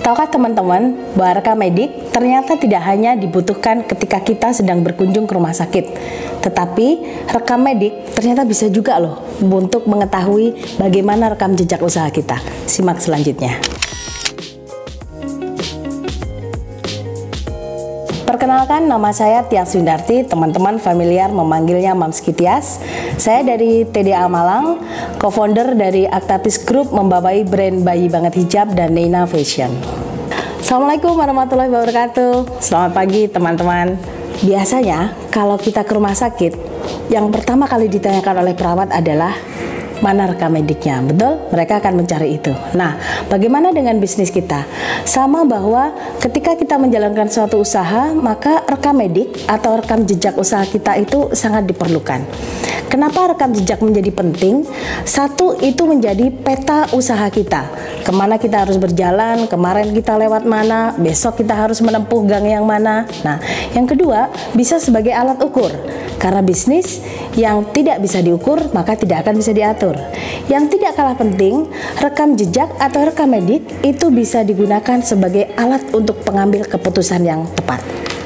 Tahukah teman-teman bahwa rekam medik ternyata tidak hanya dibutuhkan ketika kita sedang berkunjung ke rumah sakit, tetapi rekam medik ternyata bisa juga loh untuk mengetahui bagaimana rekam jejak usaha kita. Simak selanjutnya. Perkenalkan, nama saya Tias Windarti, teman-teman familiar memanggilnya Mamski Tias. Saya dari TDA Malang, co-founder dari Aktatis Group, membawahi brand Bayi Banget Hijab dan Neina Fashion. Assalamualaikum warahmatullahi wabarakatuh. Selamat pagi teman-teman. Biasanya kalau kita ke rumah sakit, yang pertama kali ditanyakan oleh perawat adalah mana rekam mediknya, betul? Mereka akan mencari itu. Nah, bagaimana dengan bisnis kita? Sama bahwa ketika kita menjalankan suatu usaha, maka rekam medik atau rekam jejak usaha kita itu sangat diperlukan. Kenapa rekam jejak menjadi penting? Satu, itu menjadi peta usaha kita. Kemana kita harus berjalan, kemarin kita lewat mana, besok kita harus menempuh gang yang mana. Nah, yang kedua, bisa sebagai alat ukur. Karena bisnis yang tidak bisa diukur, maka tidak akan bisa diatur. Yang tidak kalah penting, rekam jejak atau rekam medik itu bisa digunakan sebagai alat untuk pengambil keputusan yang tepat.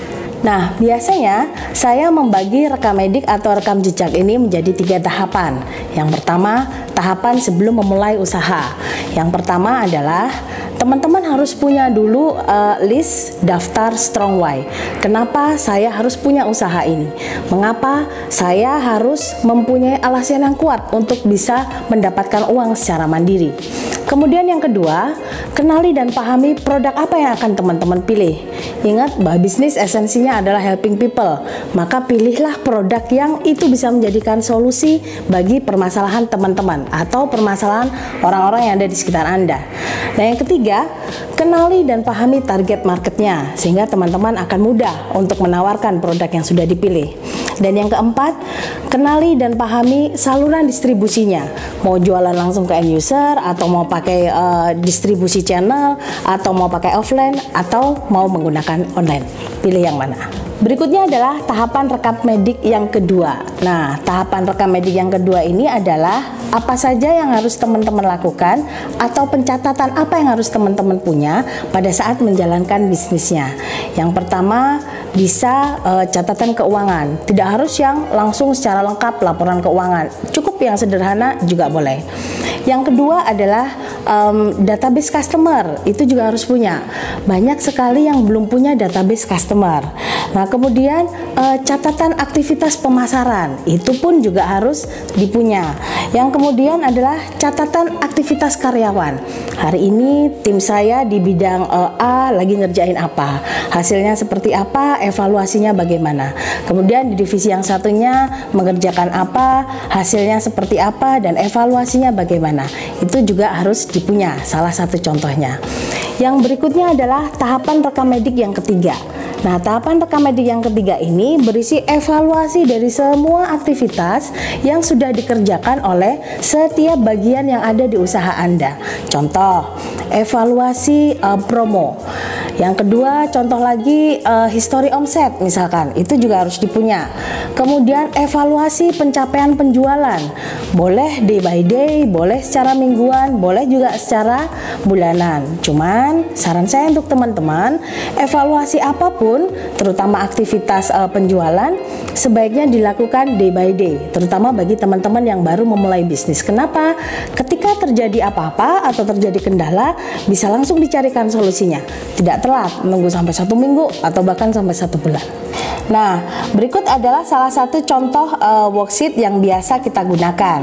Nah, biasanya saya membagi rekam medik atau rekam jejak ini menjadi 3 tahapan. Yang pertama, tahapan sebelum memulai usaha. Yang pertama adalah teman-teman harus punya dulu list daftar strong why. Kenapa saya harus punya usaha ini? Mengapa saya harus mempunyai alasan yang kuat untuk bisa mendapatkan uang secara mandiri? Kemudian yang kedua, kenali dan pahami produk apa yang akan teman-teman pilih. Ingat bahwa bisnis esensinya adalah helping people, maka pilihlah produk yang itu bisa menjadikan solusi bagi permasalahan teman-teman atau permasalahan orang-orang yang ada di sekitar Anda. Nah, yang ketiga, kenali dan pahami target marketnya sehingga teman-teman akan mudah untuk menawarkan produk yang sudah dipilih. Dan yang keempat, kenali dan pahami saluran distribusinya. Mau jualan langsung ke end user, atau mau pakai distribusi channel, atau mau pakai offline, atau mau menggunakan online. Pilih yang mana. Berikutnya adalah tahapan rekam medik yang kedua. Nah, tahapan rekam medik yang kedua ini adalah apa saja yang harus teman-teman lakukan atau pencatatan apa yang harus teman-teman punya pada saat menjalankan bisnisnya. Yang pertama, bisa catatan keuangan. Tidak harus yang langsung secara lengkap laporan keuangan. Cukup yang sederhana juga boleh. Yang kedua adalah database customer. Itu juga harus punya. Banyak sekali yang belum punya database customer. Nah, kemudian catatan aktivitas pemasaran. Itu pun juga harus dipunya. Yang kemudian adalah catatan aktivitas karyawan. Hari ini tim saya di bidang A lagi ngerjain apa, hasilnya seperti apa, evaluasinya bagaimana. Kemudian di divisi yang satunya mengerjakan apa, hasilnya seperti apa, dan evaluasinya bagaimana. Itu juga harus dipunya, salah satu contohnya. Yang berikutnya adalah tahapan rekam medik yang ketiga. Nah, tahapan rekam medik yang ketiga ini berisi evaluasi dari semua aktivitas yang sudah dikerjakan oleh setiap bagian yang ada di usaha Anda. Contoh, evaluasi promo. Yang kedua, contoh lagi history omset misalkan, itu juga harus dipunya. Kemudian evaluasi pencapaian penjualan. Boleh day by day, boleh secara mingguan, boleh juga secara bulanan. Cuman saran saya untuk teman-teman, evaluasi apapun, terutama aktivitas penjualan, sebaiknya dilakukan day by day, terutama bagi teman-teman yang baru memulai bisnis. Kenapa? Ketika terjadi apa-apa atau terjadi kendala, bisa langsung dicarikan solusinya. Tidak telat menunggu sampai 1 minggu atau bahkan sampai 1 bulan. Nah, berikut adalah salah satu contoh worksheet yang biasa kita gunakan.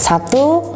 Satu,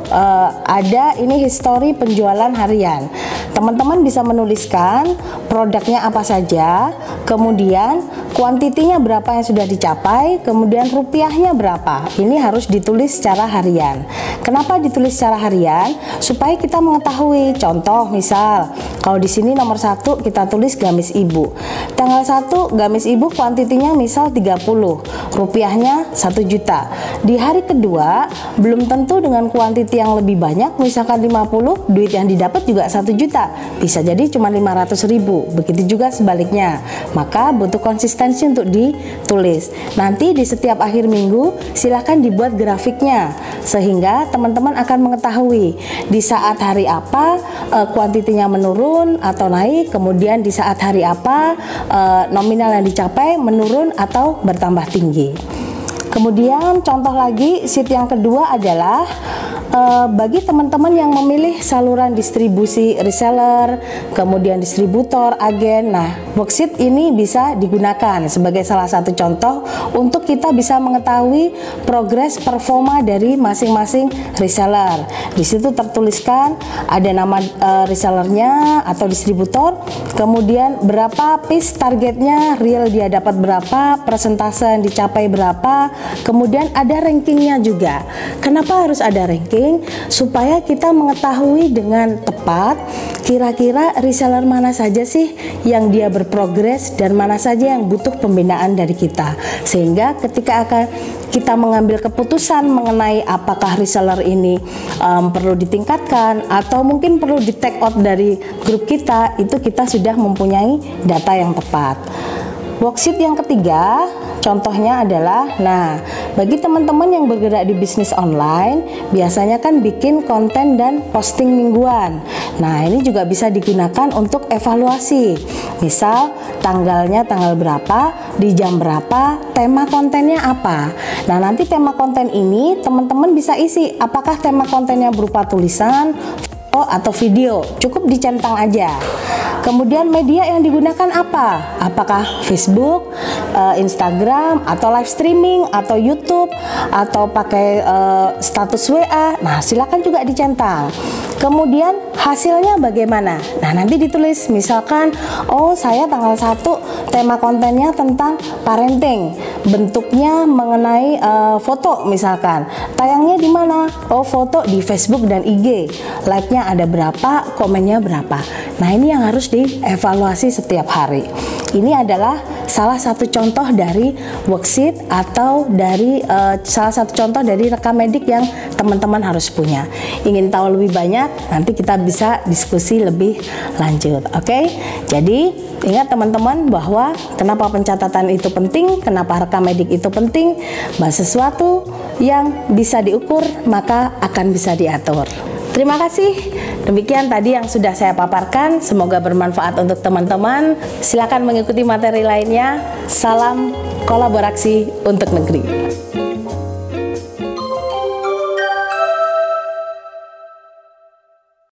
ada ini history penjualan harian. Teman-teman bisa menuliskan produknya apa saja, kemudian kuantitinya berapa yang sudah dicapai, kemudian rupiahnya berapa. Ini harus ditulis secara harian. Kenapa ditulis secara harian? Supaya kita mengetahui. Contoh, misal kalau di sini nomor 1 kita tulis gamis ibu. Tanggal 1 gamis ibu kuantitinya uang misal 30, rupiahnya 1 juta. Di hari kedua belum tentu dengan kuantiti yang lebih banyak, misalkan 50, duit yang didapat juga 1 juta, bisa jadi cuma 500.000. Begitu juga sebaliknya. Maka butuh konsistensi untuk ditulis. Nanti di setiap akhir minggu silahkan dibuat grafiknya, sehingga teman-teman akan mengetahui di saat hari apa kuantitinya menurun atau naik, kemudian di saat hari apa nominal yang dicapai menurun atau bertambah tinggi. Kemudian contoh lagi, sheet yang kedua adalah bagi teman-teman yang memilih saluran distribusi reseller, kemudian distributor, agen. Nah, worksheet ini bisa digunakan sebagai salah satu contoh untuk kita bisa mengetahui progres performa dari masing-masing reseller. Di situ tertuliskan ada nama resellernya atau distributor, kemudian berapa piece targetnya, real dia dapat berapa, persentase yang dicapai berapa, kemudian ada rankingnya juga. Kenapa harus ada ranking? Supaya kita mengetahui dengan tepat kira-kira reseller mana saja sih yang dia berprogres dan mana saja yang butuh pembinaan dari kita, sehingga ketika akan kita mengambil keputusan mengenai apakah reseller ini perlu ditingkatkan atau mungkin perlu di take out dari grup kita, itu kita sudah mempunyai data yang tepat. Worksheet yang ketiga contohnya adalah, nah bagi teman-teman yang bergerak di bisnis online biasanya kan bikin konten dan posting mingguan. Nah ini juga bisa digunakan untuk evaluasi, misal tanggalnya tanggal berapa, di jam berapa, tema kontennya apa. Nah nanti tema konten ini teman-teman bisa isi apakah tema kontennya berupa tulisan, foto atau video, cukup dicentang aja. Kemudian media yang digunakan apa? Apakah Facebook, Instagram, atau live streaming, atau YouTube, atau pakai status WA? Nah, silakan juga dicentang. Kemudian hasilnya bagaimana? Nah, nanti ditulis misalkan, oh saya tanggal 1 tema kontennya tentang parenting, bentuknya mengenai foto misalkan. Tayangnya di mana? Oh, foto di Facebook dan IG. Like-nya ada berapa, komennya berapa. Nah, ini yang harus dievaluasi setiap hari. Ini adalah salah satu contoh dari worksheet atau dari salah satu contoh dari rekam medik yang teman-teman harus punya. Ingin tahu lebih banyak, nanti kita bisa diskusi lebih lanjut. Oke? Jadi ingat teman-teman bahwa kenapa pencatatan itu penting, kenapa rekam medik itu penting, bahwa sesuatu yang bisa diukur maka akan bisa diatur. Terima kasih. Demikian tadi yang sudah saya paparkan. Semoga bermanfaat untuk teman-teman. Silakan mengikuti materi lainnya. Salam kolaborasi untuk negeri.